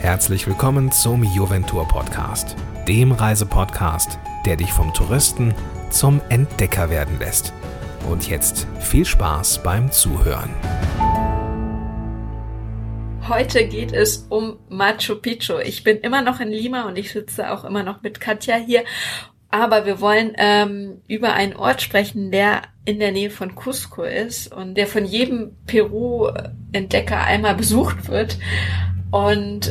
herzlich willkommen zum Juventur Podcast, dem Reisepodcast, der dich vom Touristen zum Entdecker werden lässt. Und jetzt viel Spaß beim Zuhören. Heute geht es um Machu Picchu. Ich bin immer noch in Lima und ich sitze auch immer noch mit Katja hier. Aber wir wollen über einen Ort sprechen, der in der Nähe von Cusco ist und der von jedem Peru-Entdecker einmal besucht wird. Und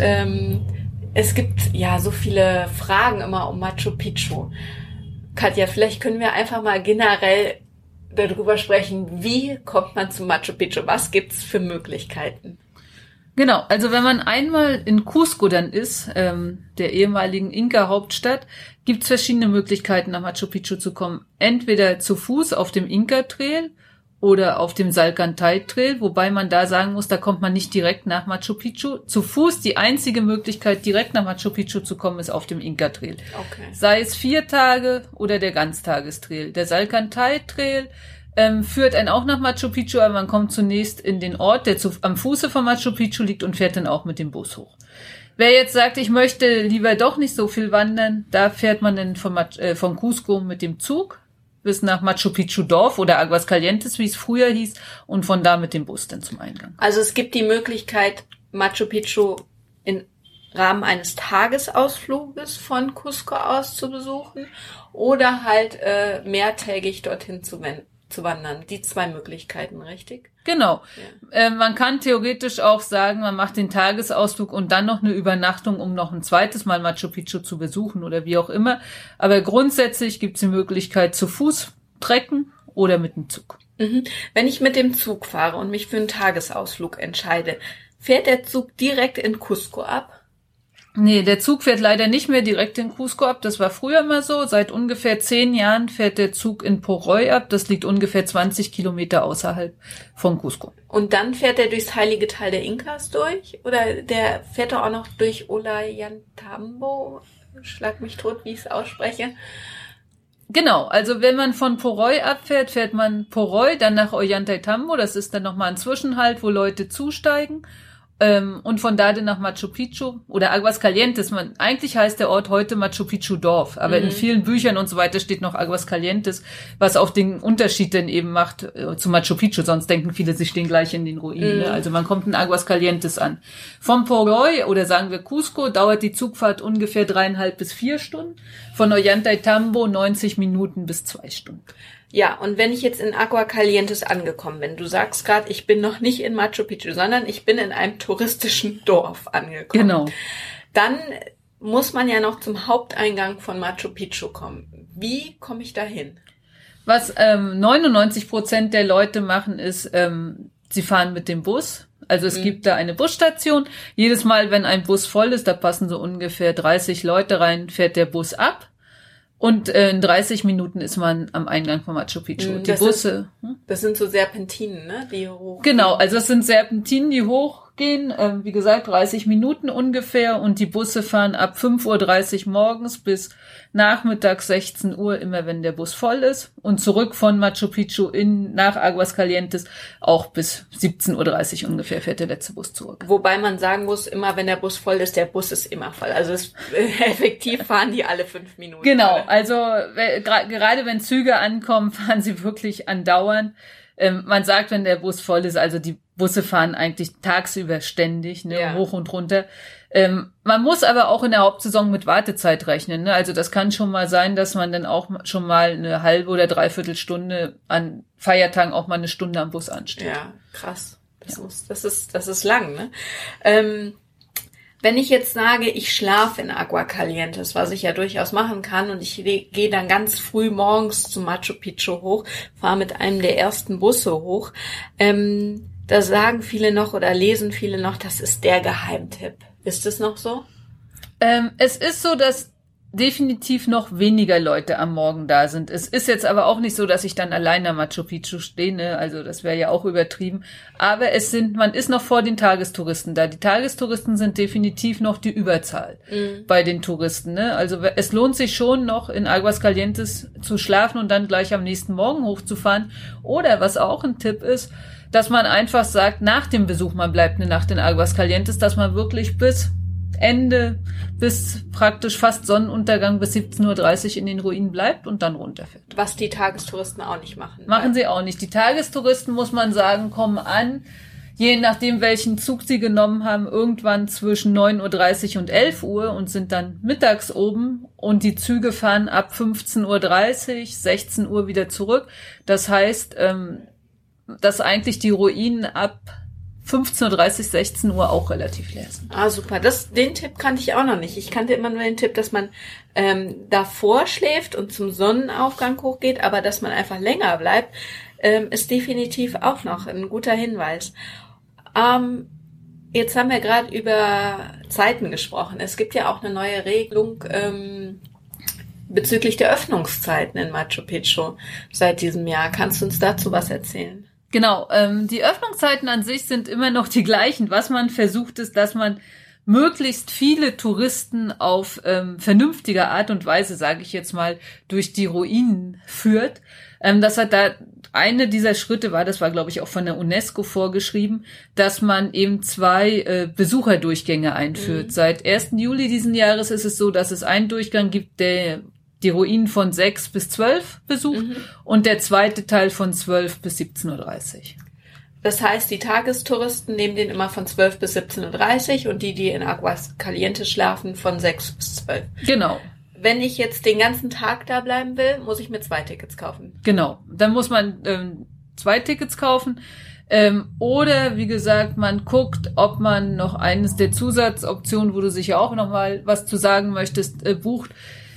es gibt ja so viele Fragen immer um Machu Picchu. Katja, vielleicht können wir einfach mal generell darüber sprechen, wie kommt man zu Machu Picchu? Was gibt's für Möglichkeiten? Genau, also wenn man einmal in Cusco dann ist, der ehemaligen Inka-Hauptstadt, gibt's verschiedene Möglichkeiten, nach Machu Picchu zu kommen. Entweder zu Fuß auf dem Inka-Trail oder auf dem Salcantay-Trail, wobei man da sagen muss, da kommt man nicht direkt nach Machu Picchu. Zu Fuß die einzige Möglichkeit, direkt nach Machu Picchu zu kommen, ist auf dem Inka-Trail. Okay. Sei es 4 Tage oder der Ganztagestrail. Der Salcantay-Trail führt einen auch nach Machu Picchu, aber man kommt zunächst in den Ort, der am Fuße von Machu Picchu liegt und fährt dann auch mit dem Bus hoch. Wer jetzt sagt, ich möchte lieber doch nicht so viel wandern, da fährt man dann von Cusco mit dem Zug bis nach Machu Picchu Dorf oder Aguascalientes, wie es früher hieß, und von da mit dem Bus dann zum Eingang. Also es gibt die Möglichkeit, Machu Picchu im Rahmen eines Tagesausfluges von Cusco aus zu besuchen oder halt mehrtägig dorthin zu wandern. Die 2 Möglichkeiten, richtig? Genau. Ja. Man kann theoretisch auch sagen, man macht den Tagesausflug und dann noch eine Übernachtung, um noch ein zweites Mal Machu Picchu zu besuchen oder wie auch immer. Aber grundsätzlich gibt es die Möglichkeit zu Fuß trekken oder mit dem Zug. Mhm. Wenn ich mit dem Zug fahre und mich für einen Tagesausflug entscheide, fährt der Zug direkt in Cusco ab? Nee, der Zug fährt leider nicht mehr direkt in Cusco ab. Das war früher immer so. Seit ungefähr 10 Jahren fährt der Zug in Poroy ab. Das liegt ungefähr 20 Kilometer außerhalb von Cusco. Und dann fährt er durchs heilige Tal der Inkas durch? Oder der fährt er auch noch durch Ollantaytambo? Schlag mich tot, wie ich es ausspreche. Genau, also wenn man von Poroy abfährt, fährt man Poroy, dann nach Ollantaytambo. Das ist dann nochmal ein Zwischenhalt, wo Leute zusteigen. Und von da dann nach Machu Picchu oder Aguascalientes. Eigentlich heißt der Ort heute Machu Picchu Dorf, aber in vielen Büchern und so weiter steht noch Aguascalientes, was auch den Unterschied dann eben macht zu Machu Picchu. Sonst denken viele, sie stehen gleich in den Ruinen. Ne? Also man kommt in Aguascalientes an. Vom Poroy oder sagen wir Cusco dauert die Zugfahrt ungefähr 3,5 bis 4 Stunden. Von Ollantaytambo 90 Minuten bis 2 Stunden. Ja, und wenn ich jetzt in Aguascalientes angekommen bin, du sagst gerade, ich bin noch nicht in Machu Picchu, sondern ich bin in einem touristischen Dorf angekommen. Genau. Dann muss man ja noch zum Haupteingang von Machu Picchu kommen. Wie komme ich da hin? Was 99% der Leute machen, ist, sie fahren mit dem Bus. Also es gibt da eine Busstation. Jedes Mal, wenn ein Bus voll ist, da passen so ungefähr 30 Leute rein, fährt der Bus ab. Und in 30 Minuten ist man am Eingang von Machu Picchu. Die Busse. Das sind so Serpentinen, ne? Die hochgehen. Genau, also es sind Serpentinen, die hochgehen. Wie gesagt, 30 Minuten ungefähr. Und die Busse fahren ab 5:30 Uhr morgens bis nachmittags 16 Uhr, immer wenn der Bus voll ist. Und zurück von Machu Picchu nach Aguascalientes auch bis 17:30 Uhr ungefähr fährt der letzte Bus zurück. Wobei man sagen muss, immer wenn der Bus voll ist, der Bus ist immer voll. Also effektiv fahren die alle 5 Minuten. Genau, also gerade wenn Züge ankommen, fahren sie wirklich andauernd. Man sagt, wenn der Bus voll ist, also die Busse fahren eigentlich tagsüber ständig, ne, ja, hoch und runter. Man muss aber auch in der Hauptsaison mit Wartezeit rechnen, ne? Also das kann schon mal sein, dass man dann auch schon mal eine halbe oder dreiviertel Stunde an Feiertagen auch mal eine Stunde am Bus ansteht. Ja, krass. Das ist lang, ne? Wenn ich jetzt sage, ich schlafe in Aguascalientes, was ich ja durchaus machen kann, und ich gehe dann ganz früh morgens zu Machu Picchu hoch, fahre mit einem der ersten Busse hoch, da sagen viele noch oder lesen viele noch, das ist der Geheimtipp. Ist es noch so? Es ist so, dass definitiv noch weniger Leute am Morgen da sind. Es ist jetzt aber auch nicht so, dass ich dann allein am Machu Picchu stehe, ne? Also das wäre ja auch übertrieben. Aber man ist noch vor den Tagestouristen da. Die Tagestouristen sind definitiv noch die Überzahl bei den Touristen, ne? Also es lohnt sich schon noch in Aguascalientes zu schlafen und dann gleich am nächsten Morgen hochzufahren. Oder was auch ein Tipp ist, dass man einfach sagt, nach dem Besuch, man bleibt eine Nacht in Aguascalientes, dass man wirklich bis Ende bis praktisch fast Sonnenuntergang bis 17:30 Uhr in den Ruinen bleibt und dann runterfährt. Was die Tagestouristen auch nicht machen. Machen sie auch nicht. Die Tagestouristen, muss man sagen, kommen an, je nachdem, welchen Zug sie genommen haben, irgendwann zwischen 9:30 Uhr und 11 Uhr und sind dann mittags oben und die Züge fahren ab 15:30 Uhr, 16 Uhr wieder zurück. Das heißt, dass eigentlich die Ruinen ab 15:30 Uhr, 16 Uhr auch relativ leer sind. Ah, super. Den Tipp kannte ich auch noch nicht. Ich kannte immer nur den Tipp, dass man davor schläft und zum Sonnenaufgang hochgeht, aber dass man einfach länger bleibt, ist definitiv auch noch ein guter Hinweis. Jetzt haben wir gerade über Zeiten gesprochen. Es gibt ja auch eine neue Regelung bezüglich der Öffnungszeiten in Machu Picchu seit diesem Jahr. Kannst du uns dazu was erzählen? Genau, die Öffnungszeiten an sich sind immer noch die gleichen. Was man versucht ist, dass man möglichst viele Touristen auf vernünftige Art und Weise, sage ich jetzt mal, durch die Ruinen führt. Das hat da eine dieser Schritte war, das war glaube ich auch von der UNESCO vorgeschrieben, dass man eben 2 Besucherdurchgänge einführt. Mhm. Seit 1. Juli diesen Jahres ist es so, dass es einen Durchgang gibt, der die Ruinen von 6 bis 12 besucht und der zweite Teil von 12 bis 17:30 Uhr. Das heißt, die Tagestouristen nehmen den immer von 12 bis 17:30 Uhr und die in Aguascalientes schlafen, von 6 bis 12. Genau. Wenn ich jetzt den ganzen Tag da bleiben will, muss ich mir 2 Tickets kaufen. Genau, dann muss man 2 Tickets kaufen. Oder, wie gesagt, man guckt, ob man noch eines der Zusatzoptionen, wo du sicher auch noch mal was zu sagen möchtest, bucht,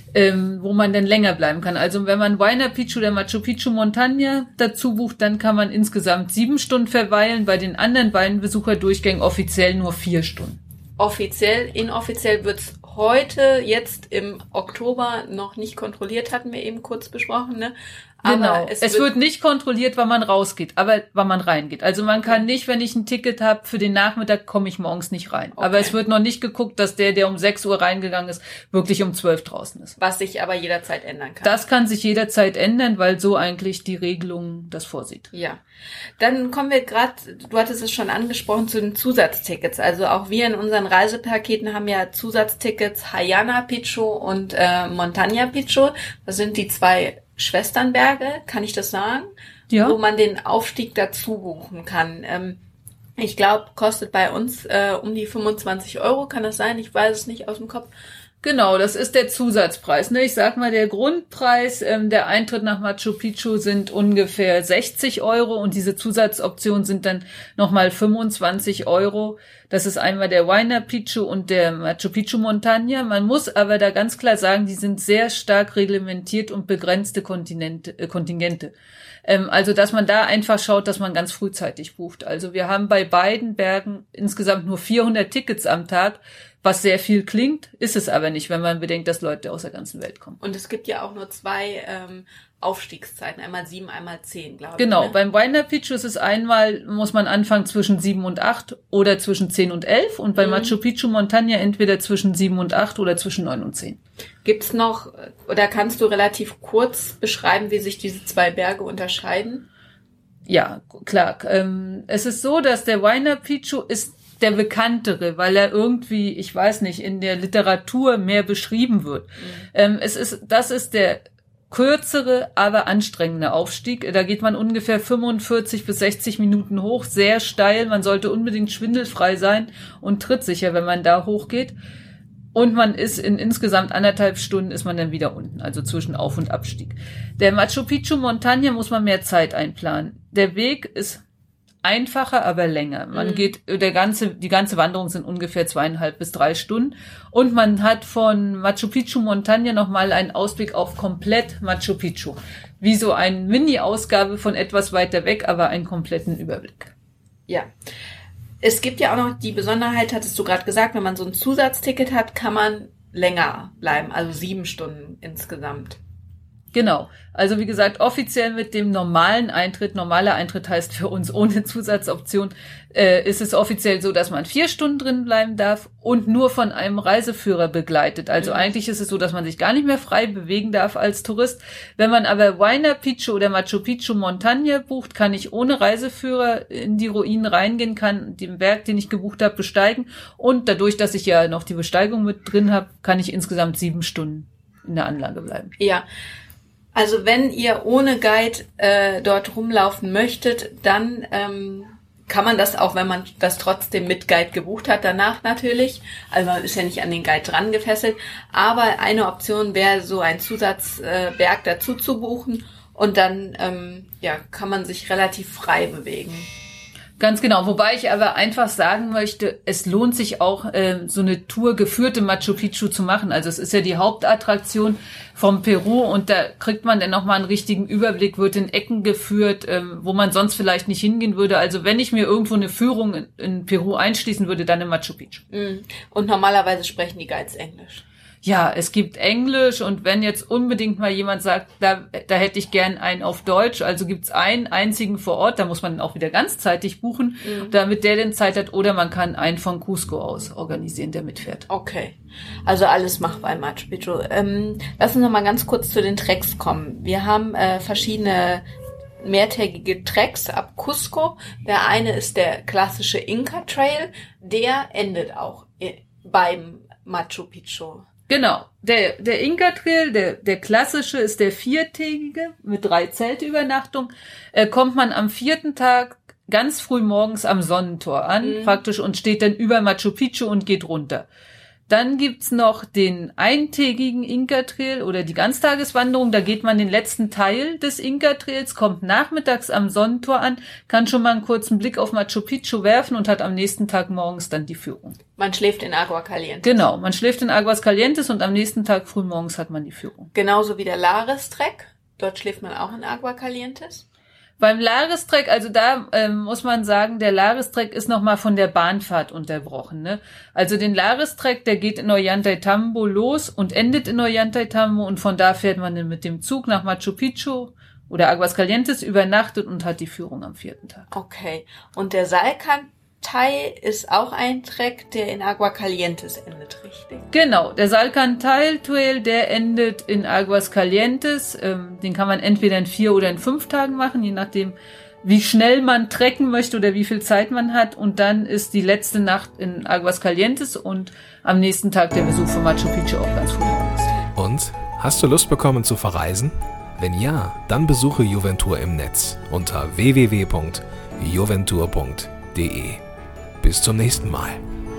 wo man dann länger bleiben kann. Also wenn man Huayna Picchu oder Machu Picchu Montaña dazu bucht, dann kann man insgesamt 7 Stunden verweilen. Bei den anderen beiden Besucherdurchgängen offiziell nur 4 Stunden. Offiziell, inoffiziell wird's heute, jetzt im Oktober, noch nicht kontrolliert, hatten wir eben kurz besprochen, ne? Aber genau. Es wird nicht kontrolliert, wann man rausgeht, aber wann man reingeht. Also man kann nicht, wenn ich ein Ticket habe, für den Nachmittag komme ich morgens nicht rein. Okay. Aber es wird noch nicht geguckt, dass der um 6 Uhr reingegangen ist, wirklich um 12 draußen ist. Was sich aber jederzeit ändern kann. Das kann sich jederzeit ändern, weil so eigentlich die Regelung das vorsieht. Ja. Dann kommen wir gerade, du hattest es schon angesprochen, zu den Zusatztickets. Also auch wir in unseren Reisepaketen haben ja Zusatztickets Huayna Picchu und Montaña Picchu. Das sind die 2 Schwesternberge, kann ich das sagen? Ja. Wo man den Aufstieg dazu buchen kann. Ich glaube, kostet bei uns um die 25 Euro, kann das sein? Ich weiß es nicht aus dem Kopf. Genau, das ist der Zusatzpreis. Ne? Ich sag mal, der Grundpreis, der Eintritt nach Machu Picchu sind ungefähr 60 Euro und diese Zusatzoptionen sind dann nochmal 25 Euro. Das ist einmal der Huayna Picchu und der Machu Picchu Montaña. Man muss aber da ganz klar sagen, die sind sehr stark reglementiert und begrenzte Kontingente. Also, dass man da einfach schaut, dass man ganz frühzeitig bucht. Also, wir haben bei beiden Bergen insgesamt nur 400 Tickets am Tag, was sehr viel klingt, ist es aber nicht, wenn man bedenkt, dass Leute aus der ganzen Welt kommen. Und es gibt ja auch nur 2 Aufstiegszeiten, einmal 7, einmal 10, glaube ich. Genau, ne? Beim Huayna Picchu ist es einmal, muss man anfangen zwischen 7 und 8 oder zwischen 10 und 11 und bei Machu Picchu Montaña entweder zwischen 7 und 8 oder zwischen 9 und 10. Gibt's noch, oder kannst du relativ kurz beschreiben, wie sich diese 2 Berge unterscheiden? Ja, klar. Es ist so, dass der Huayna Picchu ist der bekanntere, weil er irgendwie, ich weiß nicht, in der Literatur mehr beschrieben wird. Das ist der kürzere, aber anstrengende Aufstieg. Da geht man ungefähr 45 bis 60 Minuten hoch, sehr steil. Man sollte unbedingt schwindelfrei sein und trittsicher, wenn man da hochgeht. Und man ist in insgesamt 1,5 Stunden ist man dann wieder unten, also zwischen Auf- und Abstieg. Der Machu Picchu Montaña muss man mehr Zeit einplanen. Der Weg ist einfacher, aber länger. Man geht, die ganze Wanderung sind ungefähr 2,5 bis 3 Stunden. Und man hat von Machu Picchu Montaña nochmal einen Ausblick auf komplett Machu Picchu. Wie so eine Mini-Ausgabe von etwas weiter weg, aber einen kompletten Überblick. Ja. Es gibt ja auch noch die Besonderheit, hattest du gerade gesagt, wenn man so ein Zusatzticket hat, kann man länger bleiben, also 7 Stunden insgesamt. Genau. Also wie gesagt, offiziell mit dem normalen Eintritt, normaler Eintritt heißt für uns ohne Zusatzoption, ist es offiziell so, dass man 4 Stunden drin bleiben darf und nur von einem Reiseführer begleitet. Also eigentlich ist es so, dass man sich gar nicht mehr frei bewegen darf als Tourist. Wenn man aber Huayna Picchu oder Machu Picchu Montaña bucht, kann ich ohne Reiseführer in die Ruinen reingehen, kann den Berg, den ich gebucht habe, besteigen. Und dadurch, dass ich ja noch die Besteigung mit drin habe, kann ich insgesamt 7 Stunden in der Anlage bleiben. Ja. Also wenn ihr ohne Guide dort rumlaufen möchtet, dann kann man das auch, wenn man das trotzdem mit Guide gebucht hat, danach natürlich. Also man ist ja nicht an den Guide dran gefesselt. Aber eine Option wäre, so einen Zusatzberg dazu zu buchen und dann kann man sich relativ frei bewegen. Ganz genau, wobei ich aber einfach sagen möchte, es lohnt sich auch, so eine Tour geführte Machu Picchu zu machen. Also es ist ja die Hauptattraktion vom Peru und da kriegt man dann nochmal einen richtigen Überblick, wird in Ecken geführt, wo man sonst vielleicht nicht hingehen würde. Also wenn ich mir irgendwo eine Führung in Peru einschließen würde, dann in Machu Picchu. Und normalerweise sprechen die Guides Englisch. Ja, es gibt Englisch und wenn jetzt unbedingt mal jemand sagt, da hätte ich gern einen auf Deutsch, also gibt's einen einzigen vor Ort, da muss man dann auch wieder ganzzeitig buchen, damit der denn Zeit hat, oder man kann einen von Cusco aus organisieren, der mitfährt. Okay, also alles machbar in Machu Picchu. Lass uns noch mal ganz kurz zu den Treks kommen. Wir haben verschiedene mehrtägige Treks ab Cusco. Der eine ist der klassische Inca Trail, der endet auch beim Machu Picchu. Genau, der Inca Trail, der klassische, ist der 4-tägige mit 3 Zeltübernachtungen. Kommt man am 4. Tag ganz früh morgens am Sonnentor an, praktisch, und steht dann über Machu Picchu und geht runter. Dann gibt's noch den eintägigen Inca Trail oder die Ganztageswanderung. Da geht man den letzten Teil des Inca Trails, kommt nachmittags am Sonnentor an, kann schon mal einen kurzen Blick auf Machu Picchu werfen und hat am nächsten Tag morgens dann die Führung. Man schläft in Agua Caliente. Genau, man schläft in Aguas Calientes und am nächsten Tag früh morgens hat man die Führung. Genauso wie der Lares-Trek. Dort schläft man auch in Agua Calientes. Beim Lares-Trek, also da muss man sagen, der Lares-Trek ist nochmal von der Bahnfahrt unterbrochen. Ne? Also den Lares-Trek, der geht in Ollantaytambo los und endet in Ollantaytambo und von da fährt man dann mit dem Zug nach Machu Picchu oder Aguas Calientes, übernachtet und hat die Führung am 4. Tag. Okay, und der Salkantay ist auch ein Trek, der in Agua Calientes endet, richtig? Genau, der Salkantay Trail, der endet in Aguas Calientes. Den kann man entweder in 4 oder in 5 Tagen machen, je nachdem, wie schnell man trekken möchte oder wie viel Zeit man hat. Und dann ist die letzte Nacht in Aguas Calientes und am nächsten Tag der Besuch von Machu Picchu auch ganz früh morgens. Und? Hast du Lust bekommen zu verreisen? Wenn ja, dann besuche Juventur im Netz unter www.juventur.de. Bis zum nächsten Mal.